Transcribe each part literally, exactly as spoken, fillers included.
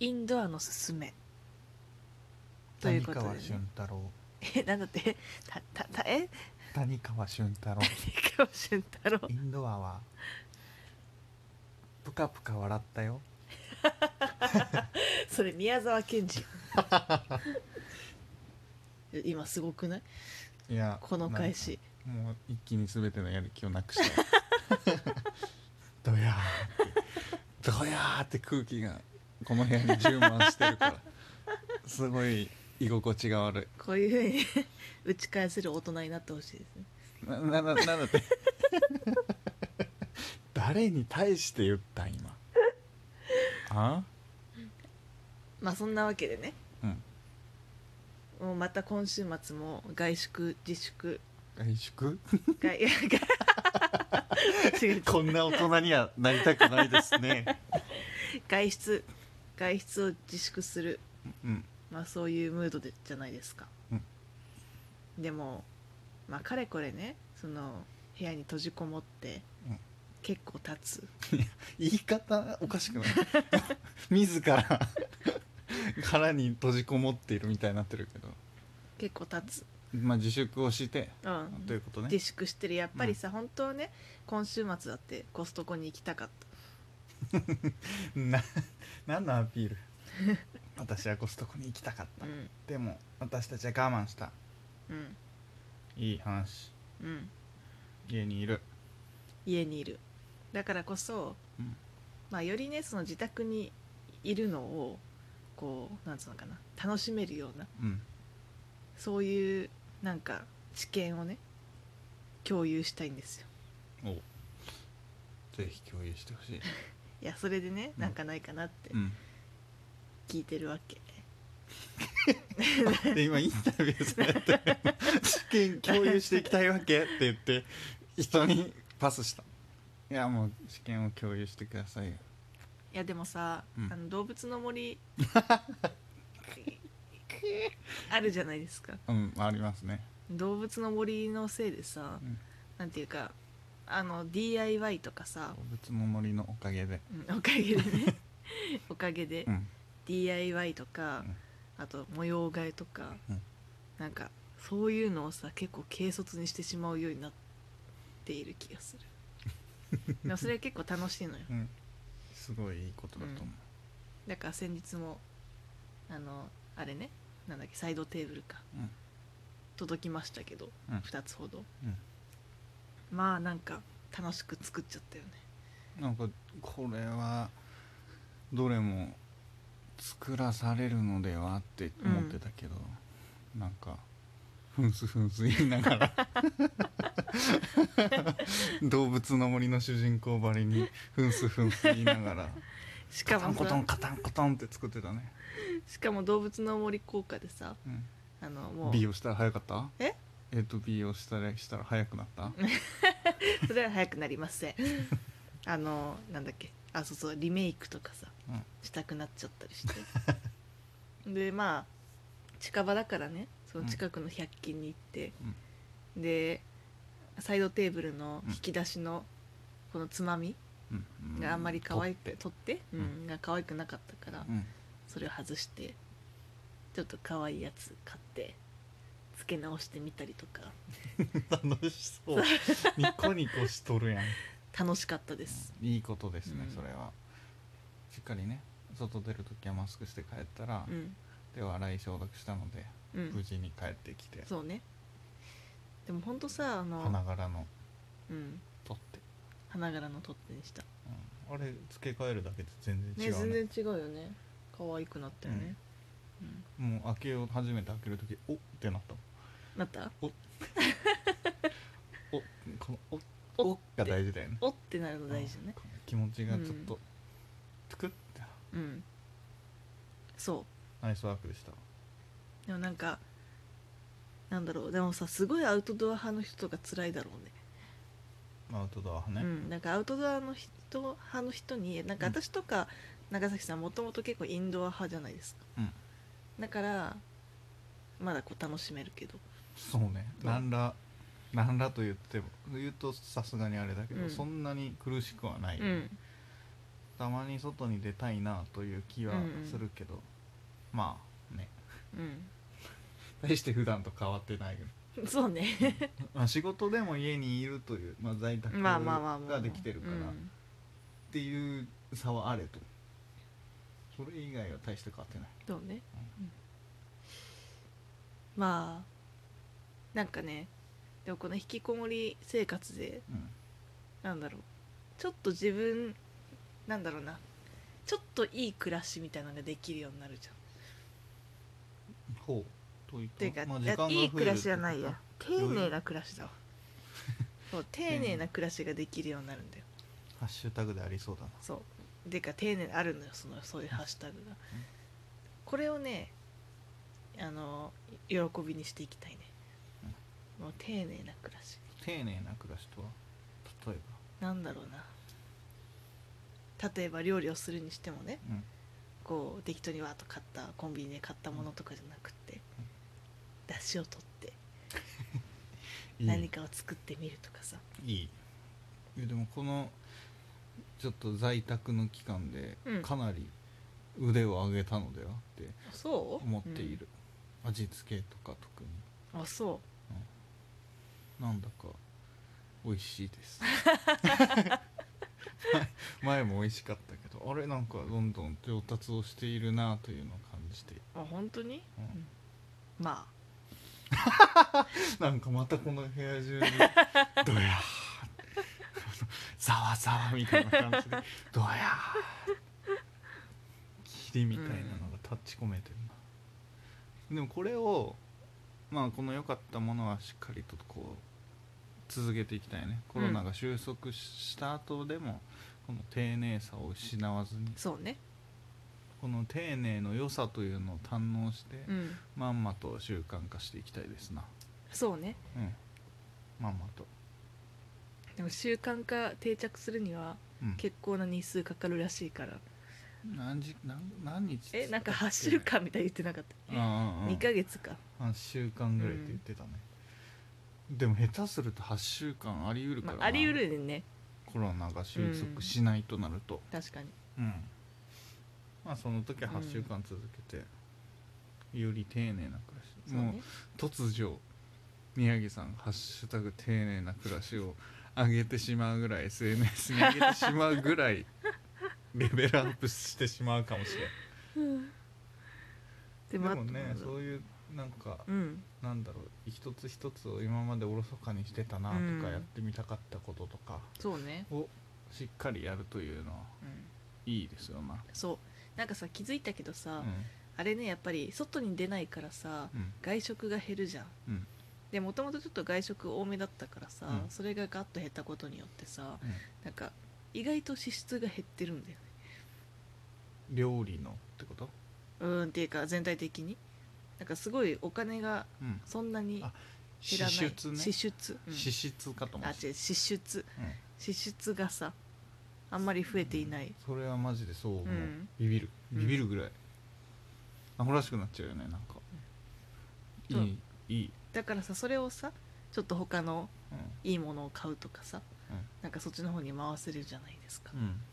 インドアのすすめということで、ね、 谷川俊太郎えなんだってたたたえ谷川俊太郎谷川俊太郎インドアはぷかぷか笑ったよそれ宮沢賢治今すごくない？ いやこの返しもう一気に全てのやる気をなくしたドヤーってドヤーって空気がこの部屋に充満してるからすごい居心地が悪こういうふうに打ち返せる大人になってほしいですね。 いななななんだって誰に対して言った今あまあそんなわけでね、 うんもうまた今週末も外宿自粛外宿外違う違うこんな大人にはなりたくないですね外出外出を自粛する、 うんまあそういうムードでじゃないですか、 うんでもまあかれこれねその部屋に閉じこもって、 うん結構経つ。 言い方おかしくない自ら殻に閉じこもっているみたいになってるけど結構経つ、 まあ自粛をしてうん、 ということね自粛してる。やっぱりさ、うん、本当はね今週末だってコストコに行きたかったな何のアピール私はコストコに行きたかった、うん、でも私たちは我慢した、 うん、 いい話、 うん、 家にいる家にいるだからこそ、うん、まあよりねその自宅にいるのをこうなんつうのかな楽しめるような、うん、そういうなんか知見をね共有したいんですよ。おぜひ共有してほしいいやそれでね、うん、なんかないかなって聞いてるわけ、 うん、で今インタビューされて知見共有していきたいわけって言って人にパスした。いやもう知見を共有してくださいよ。 いやでもさ、うん、あの動物の森あるじゃないですか。 うんありますね。 動物の森のせいでさ、うん、なんていうかあの ディーアイワイ とかさ動物の森のおかげで、 うん、おかげでねおかげで、うん、ディーアイワイ とか、うん、あと模様替えとか、うん、なんかそういうのをさ結構軽率にしてしまうようになっている気がするでもそれは結構楽しいのよ、うん、 すごいいいことだと思う、うん、 だから先日もあのあれねなんだっけサイドテーブルか、うん、届きましたけど、うん、ふたつほど、うん、まあなんか楽しく作っちゃったよね。 なんかこれはどれも作らされるのではって思ってたけど、うん、なんかふんすふんす言いながら動物の森の主人公ばりにふんすふんす言いながらしかもカタンコトンカタンコトンって作ってたね。 しかも動物の森効果でさ、うん、あのもう美容したら早かった？ ええっと美容したらしたら早くなったそれは早くなりませんあのなんだっけあそうそうリメイクとかさ、うん、したくなっちゃったりしてでまあ近場だからねその近くのひゃっ均に行って、うん、でサイドテーブルの引き出しのこのつまみがあんまり可愛く取って、うん、が可愛くなかったから、うん、それを外してちょっと可愛いやつ買って付け直してみたりとか楽しそうニコニコしとるやん楽しかったです、 うん、いいことですね、うん、それはしっかりね外出るときはマスクして帰ったら、うん、手を洗い消毒したので、うん、無事に帰ってきてそうね。でもほんとさあの花柄の、 うん、 取って花柄の取っ手にした、 うん、あれ付け替えるだけで全然違うね, ね全然違うよね。可愛くなったよね、 うんうん、もう開けよう初めて開けるときおってなったなったおおこのおおが大事だよね。 おってなるの大事ね、 うん、気持ちがちょっと、うん、トゥクッてうんそうナイスワークでした。 でもなんかなんだろうでもさすごいアウトドア派の人が辛いだろうね。 アウトドア派ね、 うん、なんかアウトドアの人派の人になんか私とか長崎さんもともと結構インドア派じゃないですか、うん、だからまだこう楽しめるけどそうね何ら何らと言っても言うとさすがにあれだけど、うん、そんなに苦しくはない、うん、 たまに外に出たいなという気はするけど、うんうん、まあね、うん、大して普段と変わってないよ。 そうねまあ仕事でも家にいるという、まあ、在宅ができてるからっていう差はあれと、それ以外は大して変わってない。 そうね、うん、まあなんかね、でもこの引きこもり生活で、うん、なんだろう、ちょっと自分なんだろうな、ちょっといい暮らしみたいなのができるようになるじゃん。 ほうというていうか、まあ、時間が増えるいい暮らしじゃないや、丁寧な暮らしだわそう丁寧な暮らしができるようになるんだよ。 ハッシュタグでありそうだな。 そうでか丁寧あるのよ、そのそういうハッシュタグが、うん、これをねあの喜びにしていきたいね、うん、もう丁寧な暮らし。 丁寧な暮らしとは例えばなんだろうな、例えば料理をするにしてもね、うん、こう適当にわーっと買ったコンビニで買ったものとかじゃなくって、うん、出汁を取っていい何かを作ってみるとかさ。 いい。でもこのちょっと在宅の期間でかなり腕を上げたのではって思っている、うん、味付けとか特に。 あ、そう、 うん、なんだか美味しいです前も美味しかったけど、あれなんかどんどん上達をしているなというのを感じて。 あ、本当に、うん、まあなんかまたこの部屋中にドヤざわざわみたいな感じでドヤ霧みたいなのが立ち込めてるな、うん、でもこれをまあこの良かったものはしっかりとこう続けていきたいね。コロナが収束した後でもこの丁寧さを失わずに、 そうね、 この丁寧の良さというのを堪能して、うん、まんまと習慣化していきたいですな。 そうね、うん、 まんまと。 でも習慣化定着するには結構な日数かかるらしいから、 うん、何時 何, 何日えなんかはちしゅうかんみたいに言ってなかった？うんうん、にかげつかはちしゅうかんぐらいって言ってたね、うん、でも下手するとはちしゅうかんあり得るからな、まあ、 あり得るね、 コロナが収束しないとなると、 うん、確かに、 うん、まあその時ははちしゅうかん続けて、うん、より丁寧な暮らし、ね、もう突如宮城さんハッシュタグ丁寧な暮らしを上げてしまうぐらい エスエヌエス に上げてしまうぐらいレベルアップしてしまうかもしれん、うん、でもね、そういうなんか、うん、なんだろう、一つ一つを今までおろそかにしてたなとか、やってみたかったこととかをしっかりやるというのは、うん、いいですよな。 そうなんかさ気づいたけどさ、うん、あれねやっぱり外に出ないからさ、うん、外食が減るじゃん、うん、でもともとちょっと外食多めだったからさ、うん、それがガッと減ったことによってさ、うん、なんか意外と支出が減ってるんだよね。 料理のってこと？ うんっていうか全体的になんかすごいお金がそんなに減らない、 支出ね、 支出、 うん、支出かと思う。 あ違う支出、うん、支出がさあんまり増えていない、うん、 それはマジでそう思う、うん、ビビるビビるぐらい、アホらしくなっちゃうよね、なんか、うん、いいいいだからさそれをさちょっと他のいいものを買うとかさ、うん、なんかそっちの方に回せるじゃないですか、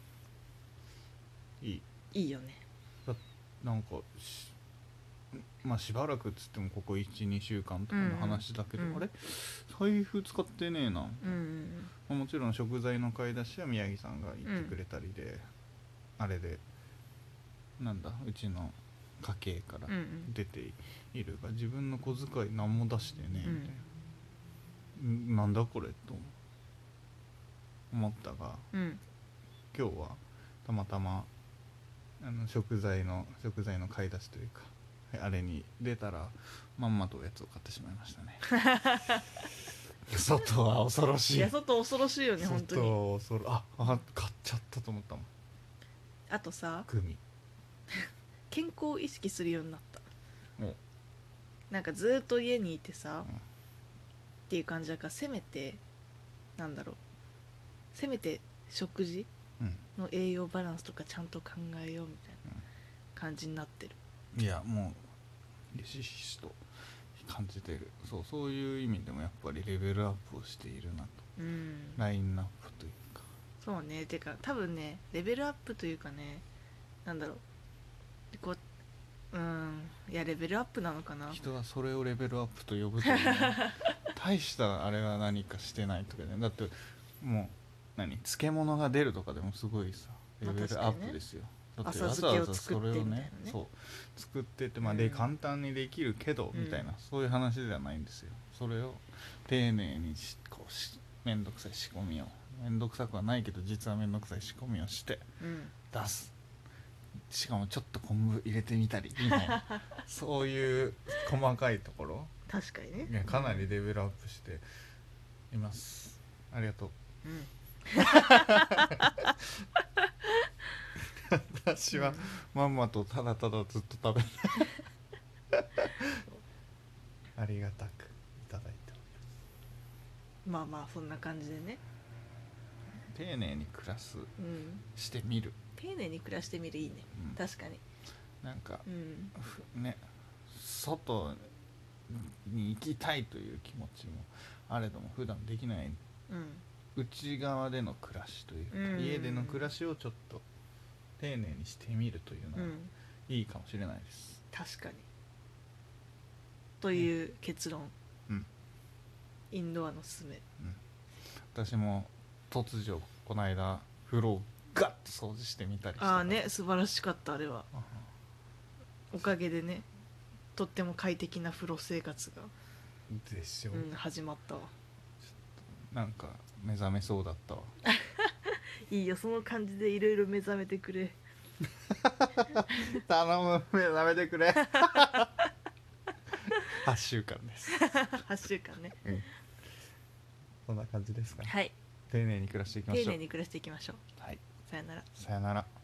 うん、いいいいよね。 だなんかまあしばらくっつってもここ いち,に 週間とかの話だけど、うん、あれ財布使ってねえな、うんうんまあ、もちろん食材の買い出しは宮城さんが言ってくれたりで、うん、あれでなんだうちの家計から出ているが、自分の小遣い何も出してねえみたいな、うん、なんだこれと思ったが、うん、今日はたまたまあの食材の食材の買い出しというかあれに出たらまんまとおやつを買ってしまいましたね外は恐ろしい。 いや外恐ろしいよね本当に。 外恐ろああ買っちゃったと思ったもん。 あとさグミ健康を意識するようになった。なんかずっと家にいてさ、うん、っていう感じだからせめてなんだろうせめて食事の栄養バランスとかちゃんと考えようみたいな感じになってる、 うん、いやもうひしひしと感じてる。そうそういう意味でもやっぱりレベルアップをしているなと、うん、ラインナップというかそうね、てか多分ねレベルアップというかね、なんだろう、こううんいやレベルアップなのかな。 人はそれをレベルアップと呼ぶというね大したあれは何かしてないとかね。だってもう何漬物が出るとかでもすごいさレベルアップですよ、だってわざわざそれをね、そう作ってって、まあ、で、うん、簡単にできるけど、うん、みたいなそういう話ではないんですよ。それを丁寧にしこうしめんどくさい仕込みをめんどくさくはないけど実はめんどくさい仕込みをして出す、うん、しかもちょっと昆布入れてみたりみたいなそういう細かいところ確かにね、 いやかなりレベルアップしています。ありがとう、うん私はまんまとただただずっと食べありがたくいただいております。 まあまあそんな感じでね、 丁寧に暮らす、うん、してみる丁寧に暮らしてみるいいね、うん、確かになんか、うん、ね外に行きたいという気持ちもあれども普段できない、うん、内側での暮らしというか、うん、家での暮らしをちょっと丁寧にしてみるというのはいいかもしれないです、 うん、確かにという結論、うん、インドアのすすめ、うん、 私も突如この間風呂をガッと掃除してみたりして、 ああね素晴らしかったあれは、おかげでねとっても快適な風呂生活がでしょう、 うん、始まったわ。 なんか目覚めそうだったわいいよその感じでいろいろ目覚めてくれ頼む目覚めてくれはちしゅうかんですはちしゅうかんね、うん、 そんな感じですかね。 はい、 丁寧に暮らしていきましょう。 丁寧に暮らしていきましょう。 はい、 さよなら。 さよなら。